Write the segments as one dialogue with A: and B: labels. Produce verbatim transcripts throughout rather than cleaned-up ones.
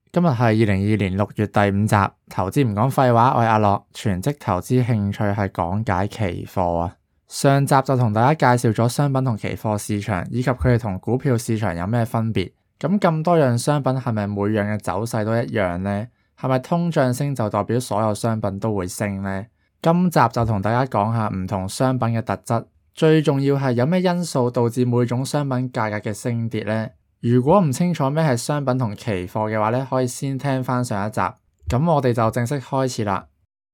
A: 今日係二零二二年六月第五集，投資唔講廢話，我係阿樂，全職投資興趣係講解期貨啊。上集就同大家介紹咗商品同期貨市場，以及佢哋同股票市場有咩分別。咁咁多樣商品係咪每樣嘅走勢都一樣呢？係咪通脹升就代表所有商品都會升呢？今集就同大家講下唔同商品嘅特質，最重要係有咩因素導致每種商品價格嘅升跌呢？如果唔清楚咩係商品同期貨嘅話咧，可以先聽翻上一集。咁我哋就正式開始啦。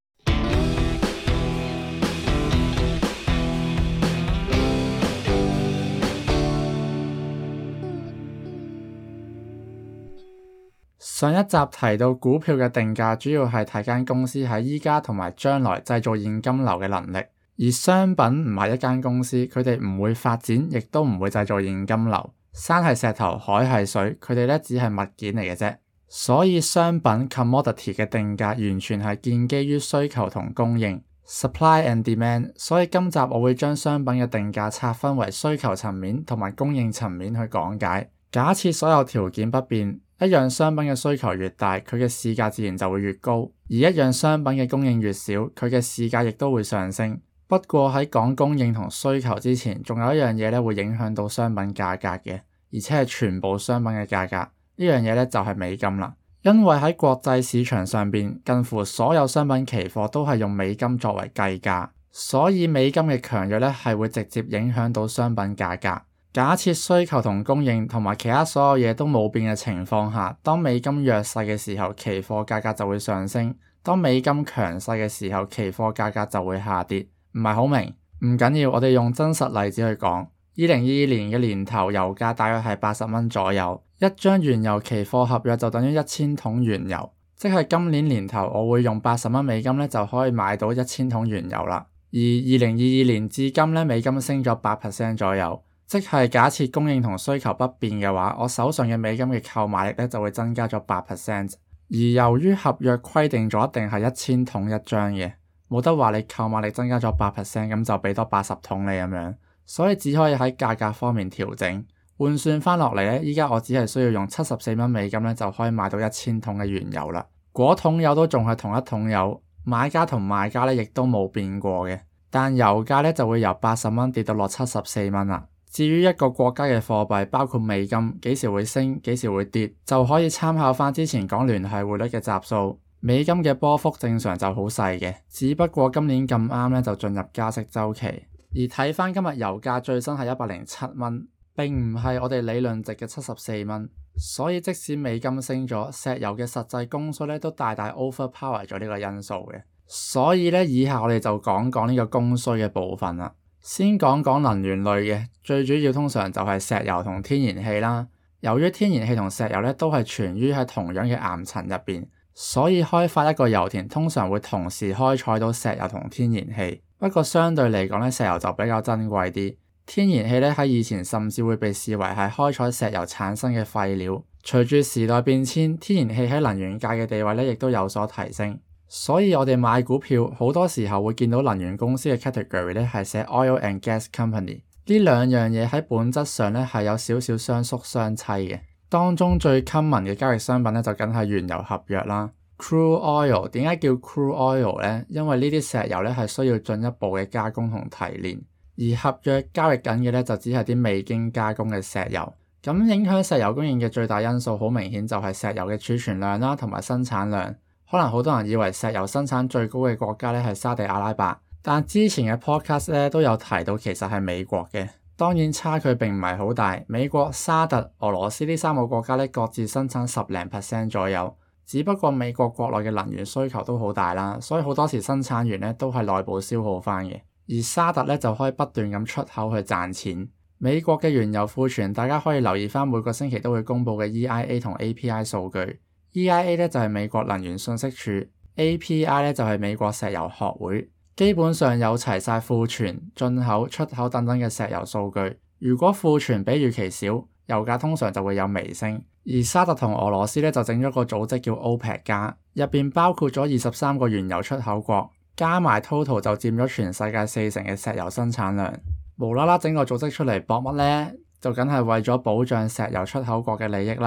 A: 上一集提到股票嘅定價主要係睇間公司喺依家同埋將來製造現金流嘅能力，而商品唔係一間公司，佢哋唔會發展，亦都唔會製造現金流。山係石頭，海係水，佢哋咧只係物件嚟嘅啫。所以商品 commodity 嘅定價完全係建基於需求同供應 supply and demand。所以今集我會將商品嘅定價拆分為需求層面同埋供應層面去講解。假設所有條件不變，一樣商品嘅需求越大，佢嘅市價自然就會越高；而一樣商品嘅供應越少，佢嘅市價亦都會上升。不過喺講供應同需求之前，仲有一樣嘢咧會影響到商品價格嘅，而且係全部商品嘅價格。呢樣嘢咧就係美金啦。因為喺國際市場上邊，近乎所有商品期貨都係用美金作為計價，所以美金嘅強弱咧係會直接影響到商品價格。假設需求同供應同埋其他所有嘢都冇變嘅情況下，當美金弱勢嘅時候，期貨價格就會上升；當美金強勢嘅時候，期貨價格就會下跌。唔係好明？唔緊要，我哋用真實例子去講。二零二二年嘅年頭，油價大約係八十蚊左右，一張原油期貨合約就等於一千桶原油，即係今年年頭我會用八十蚊美金咧就可以買到一千桶原油啦。而二零二二年至今咧，美金升咗八 percent 左右，即係假設供應同需求不變嘅話，我手上嘅美金嘅購買力咧就會增加咗八 percent。而由於合約規定咗一定係一千桶一張嘅，冇得話你購買力增加咗八 percent， 咁就俾多八十桶你咁樣，所以只可以喺價格方面調整。換算翻落嚟咧，依家我只係需要用七十四蚊美金咧就可以買到一千桶嘅原油啦。嗰桶油都仲係同一桶油，買家同賣家咧亦都冇變過嘅，但油價咧就會由八十蚊跌到落七十四蚊啦。至於一個國家嘅貨幣，包括美金，幾時會升，幾時會跌，就可以參考翻之前講聯繫匯率嘅集數。美金嘅波幅正常就好細嘅，只不過今年咁啱咧就進入加息週期。而睇翻今日油價最新係一百零七蚊，並唔係我哋理論值嘅七十四蚊。所以即使美金升咗，石油嘅實際供需咧都大大 overpower 咗呢個因素嘅。所以咧，以下我哋就講講呢個供需嘅部分啦。先講講能源類嘅，最主要通常就係石油同天然氣啦。由於天然氣同石油咧都係存於喺同樣嘅岩層入邊，所以開發一個油田通常會同時開採到石油同天然氣。不過相對嚟講咧，石油就比較珍貴啲。天然氣咧喺以前甚至會被視為係開採石油產生嘅廢料。隨住時代變遷，天然氣喺能源界嘅地位咧亦都有所提升。所以我哋買股票好多時候會見到能源公司嘅 category 咧係寫 oil and gas company。呢兩樣嘢喺本質上咧係有少少相宿相棲嘅。當中最 common 嘅交易商品咧就梗係原油合約啦。Crude oil 點解叫 crude oil 咧？因為呢啲石油咧係需要進一步嘅加工同提煉，而合約交易緊嘅咧就只係啲未經加工嘅石油。咁影響石油供應嘅最大因素好明顯就係石油嘅儲存量啦，同埋生產量。可能好多人以為石油生產最高嘅國家咧係沙地阿拉伯，但之前嘅 podcast 咧都有提到其實係美國嘅。當然差距並唔係好大，美國、沙特、俄羅斯呢三個國家咧各自生產十零 percent 左右。只不過美國國內嘅能源需求都好大啦，所以好多時生產完咧都係內部消耗翻嘅。而沙特咧就可以不斷咁出口去賺錢。美國嘅原油庫存，大家可以留意翻每個星期都會公佈嘅 E I A 同 A P I 數據。E I A 咧就係美國能源信息處 ，A P I 咧就係美國石油學會，基本上有齊晒庫存、進口、出口等等嘅石油數據。如果庫存比預期少，油價通常就會有微升。而沙特同俄羅斯咧就整咗個組織叫 OPEC 加，入邊包括咗二十三個原油出口國，加埋 total 就佔咗全世界四成嘅石油生產量。無啦啦整個組織出嚟搏乜呢？就梗係為咗保障石油出口國嘅利益啦。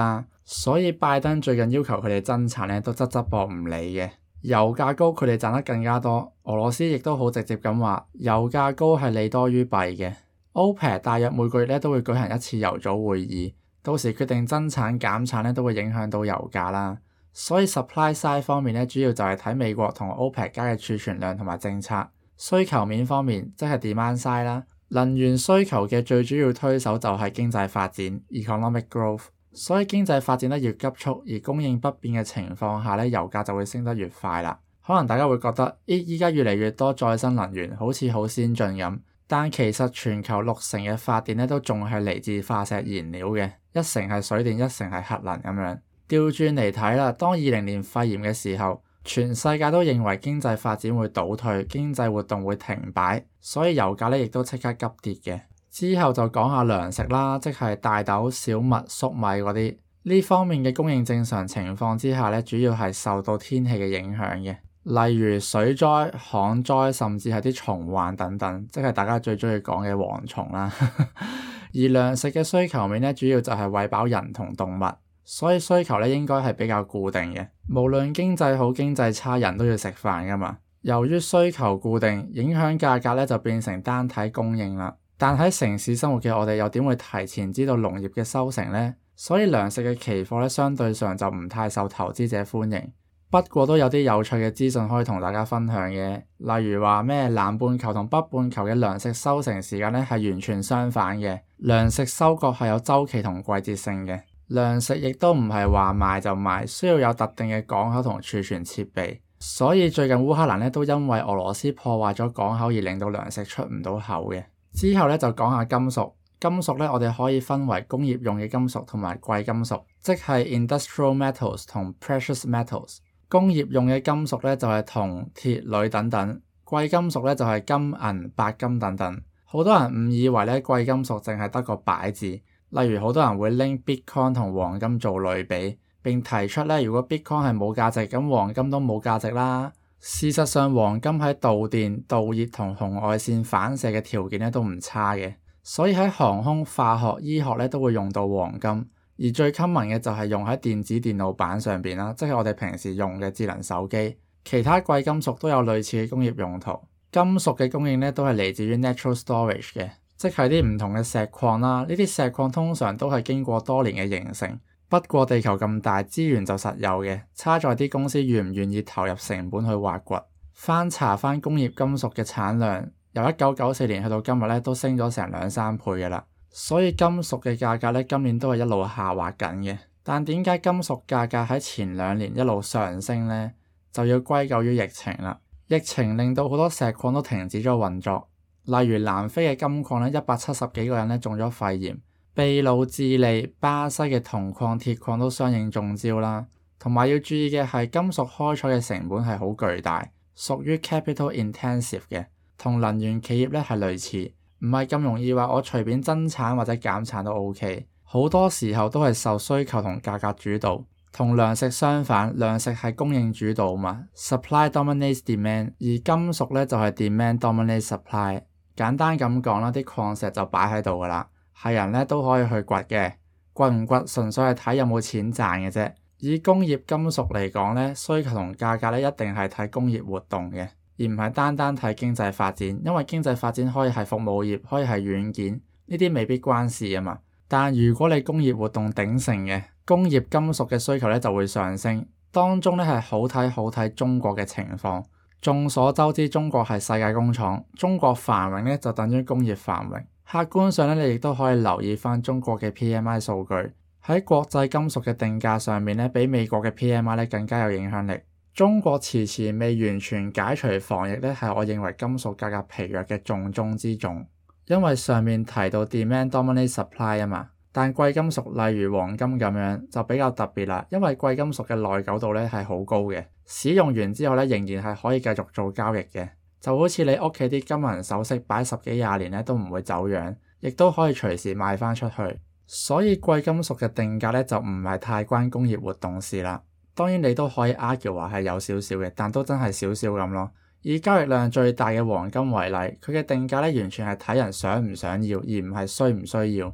A: 所以拜登最近要求佢哋增產咧，都側側膊唔理嘅。油價高，佢哋賺得更加多。俄羅斯亦都好直接咁話，油價高係利多於弊嘅。OPEC 大約每個月咧都會舉行一次油組會議，到時決定增產減產咧都會影響到油價啦。所以 supply side 方面咧，主要就係睇美國同 OPEC 加嘅儲存量同埋政策。需求面方面，即係 demand side 啦。能源需求嘅最主要推手就係經濟發展 economic growth。所以經濟發展得越急速，而供應不變嘅情況下咧，油價就會升得越快啦。可能大家會覺得，咦，依家越嚟越多再生能源，好似好先進咁，但其實全球六成嘅發電咧都仲係嚟自化石燃料嘅，一成係水電，一成係核能咁樣。調轉嚟睇啦，當二零年肺炎嘅時候，全世界都認為經濟發展會倒退，經濟活動會停擺，所以油價咧亦都即刻急跌嘅。之後就講下糧食啦，即係大豆、小麥、粟米嗰啲，呢方面嘅供應正常情況之下咧，主要係受到天氣嘅影響嘅，例如水災、旱災，甚至係啲蟲患等等，即係大家最鍾意講嘅蝗蟲啦。而糧食嘅需求面咧，主要就係餵飽人同動物，所以需求咧應該係比較固定嘅。無論經濟好經濟差，人都要食飯㗎嘛。由於需求固定，影響價格咧就變成單體供應啦。但喺城市生活嘅我哋又點會提前知道農業嘅收成呢？所以糧食嘅期貨咧相對上就唔太受投資者歡迎。不過都有啲有趣嘅資訊可以同大家分享嘅，例如話咩南半球同北半球嘅糧食收成時間咧係完全相反嘅。糧食收割係有週期同季節性嘅，糧食亦都唔係話賣就賣，需要有特定嘅港口同儲存設備。所以最近烏克蘭咧都因為俄羅斯破壞咗港口而令到糧食出唔到口嘅。之後咧就講下金屬，金屬咧我哋可以分為工業用嘅金屬同埋貴金屬，即係 industrial metals 同 precious metals。工業用嘅金屬咧就係銅、鐵、鋁等等，貴金屬咧就係金、銀、白金等等。好多人誤以為咧貴金屬淨係得個擺字，例如好多人會拎 Bitcoin 同黃金做類比，並提出咧如果 Bitcoin 係冇價值，咁黃金都冇價值啦。事實上，黃金喺導電、導熱同紅外線反射嘅條件咧都唔差嘅，所以喺航空、化學、醫學咧都會用到黃金。而最 common 嘅就係用喺電子電腦板上邊啦，即係我哋平時用嘅智能手機。其他貴金屬都有類似嘅工業用途。金屬嘅供應咧都係嚟自於 natural storage 嘅，即係啲唔同嘅石礦啦。呢啲石礦通常都係經過多年嘅形成。不過地球咁大，資源就實有嘅，差在啲公司願唔願意投入成本去挖掘。翻查翻工業金屬嘅產量，由一九九四年去到今日咧，都升咗成兩三倍嘅啦。所以金屬嘅價格咧，今年都係一路下滑緊嘅。但點解金屬價格喺前兩年一路上升呢？就要歸咎於疫情啦。疫情令到好多石礦都停止咗運作，例如南非嘅金礦咧，一百七十幾個人咧中咗肺炎。秘魯、智利、巴西嘅銅礦、鐵礦都相應中招啦。同埋要注意嘅係，金屬開採嘅成本係好巨大，屬於 capital intensive 嘅，同能源企業咧係類似，唔係咁容易話我隨便增產或者減產都 OK。好多時候都係受需求同價格主導，同糧食相反，糧食係供應主導嘛 ，supply dominates demand，而金屬咧就係 demand dominates supply。簡單咁講啦，啲礦石就擺喺度噶啦。係人咧都可以去掘嘅，掘唔掘純粹係睇有冇錢賺嘅啫。以工業金屬嚟講咧，需求同價格咧一定係睇工業活動嘅，而唔係單單睇經濟發展。因為經濟發展可以係服務業，可以係軟件，呢啲未必關事啊嘛。但如果你工業活動鼎盛嘅，工業金屬嘅需求咧就會上升。當中咧係好睇好睇中國嘅情況。眾所周知，中國係世界工廠，中國繁榮咧就等於工業繁榮。客觀上咧，你亦都可以留意翻中國嘅 P M I 數據，喺國際金屬嘅定價上面咧，比美國嘅 P M I 咧更加有影響力。中國遲遲未完全解除防疫咧，係我認為金屬價格疲弱嘅重中之重。因為上面提到 demand dominate supply 啊嘛，但貴金屬例如黃金咁樣就比較特別啦，因為貴金屬嘅耐久度咧係好高嘅，使用完之後咧仍然係可以繼續做交易嘅。就好似你屋企啲金銀首飾擺十幾廿年咧都唔會走樣，亦都可以隨時賣翻出去。所以貴金屬嘅定價咧就唔係太關工業活動事啦。當然你都可以 argue 話係有少少嘅，但都真係少少咁咯。以交易量最大嘅黃金為例，佢嘅定價咧完全係睇人想唔想要，而唔係需唔需要。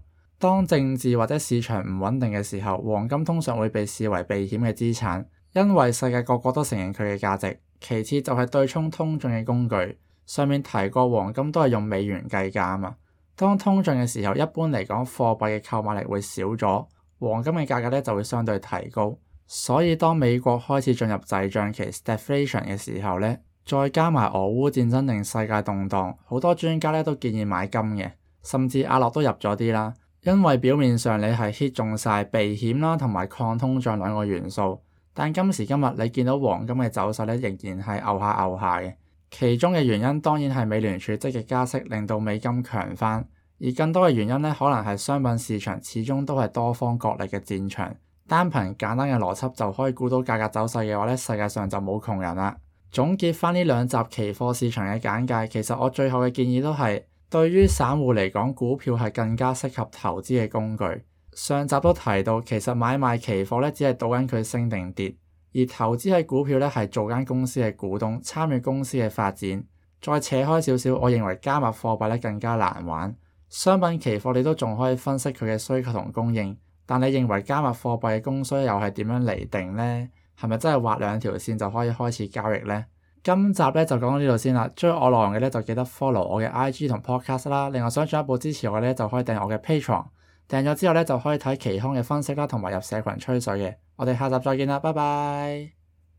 A: 當政治或者市場唔穩定嘅時候，黃金通常會被視為避險嘅資產，因為世界各國都承認佢嘅價值。其次就係對沖通脹嘅工具，上面提過黃金都係用美元計價啊嘛。當通脹嘅時候，一般嚟講貨幣嘅購買力會少咗，黃金嘅價格咧就會相對提高。所以當美國開始進入滯脹期 stagflation 嘅時候咧，再加埋俄烏戰爭令世界動盪，好多專家咧都建議買金嘅，甚至阿樂都入咗啲啦。因為表面上你係 hit 中晒避險啦同埋抗通脹兩個元素，但今時今日你見到黃金嘅走勢咧仍然係牛下牛下嘅。其中嘅原因當然係美聯儲積極加息令到美金強返，而更多嘅原因咧可能係商品市場始終都係多方角力嘅戰場。單憑簡單嘅邏輯就可以估到價格走勢嘅話咧，世界上就冇窮人啦。總結返呢兩集期貨市場嘅簡介，其實我最後嘅建議都係對於散戶嚟講，股票係更加適合投資嘅工具。上集都提到，其實買賣期貨咧只係賭緊佢升定跌，而投資喺股票咧係做間公司嘅股東，參與公司嘅發展。再扯開少少，我認為加密貨幣咧更加難玩。商品期貨你都仲可以分析佢嘅需求同供應，但你認為加密貨幣嘅供需又係點樣釐定呢？係咪真係畫兩條線就可以開始交易呢？今集咧就講到呢度先啦。追我內容嘅咧就記得 follow 我嘅 I G 同 podcast 啦。另外想進一步支持我嘅咧就可以訂我嘅 Patreon。訂咗之後咧就可以睇期康嘅分析啦，同埋入社群吹水嘅。我哋下集再見啦，拜拜。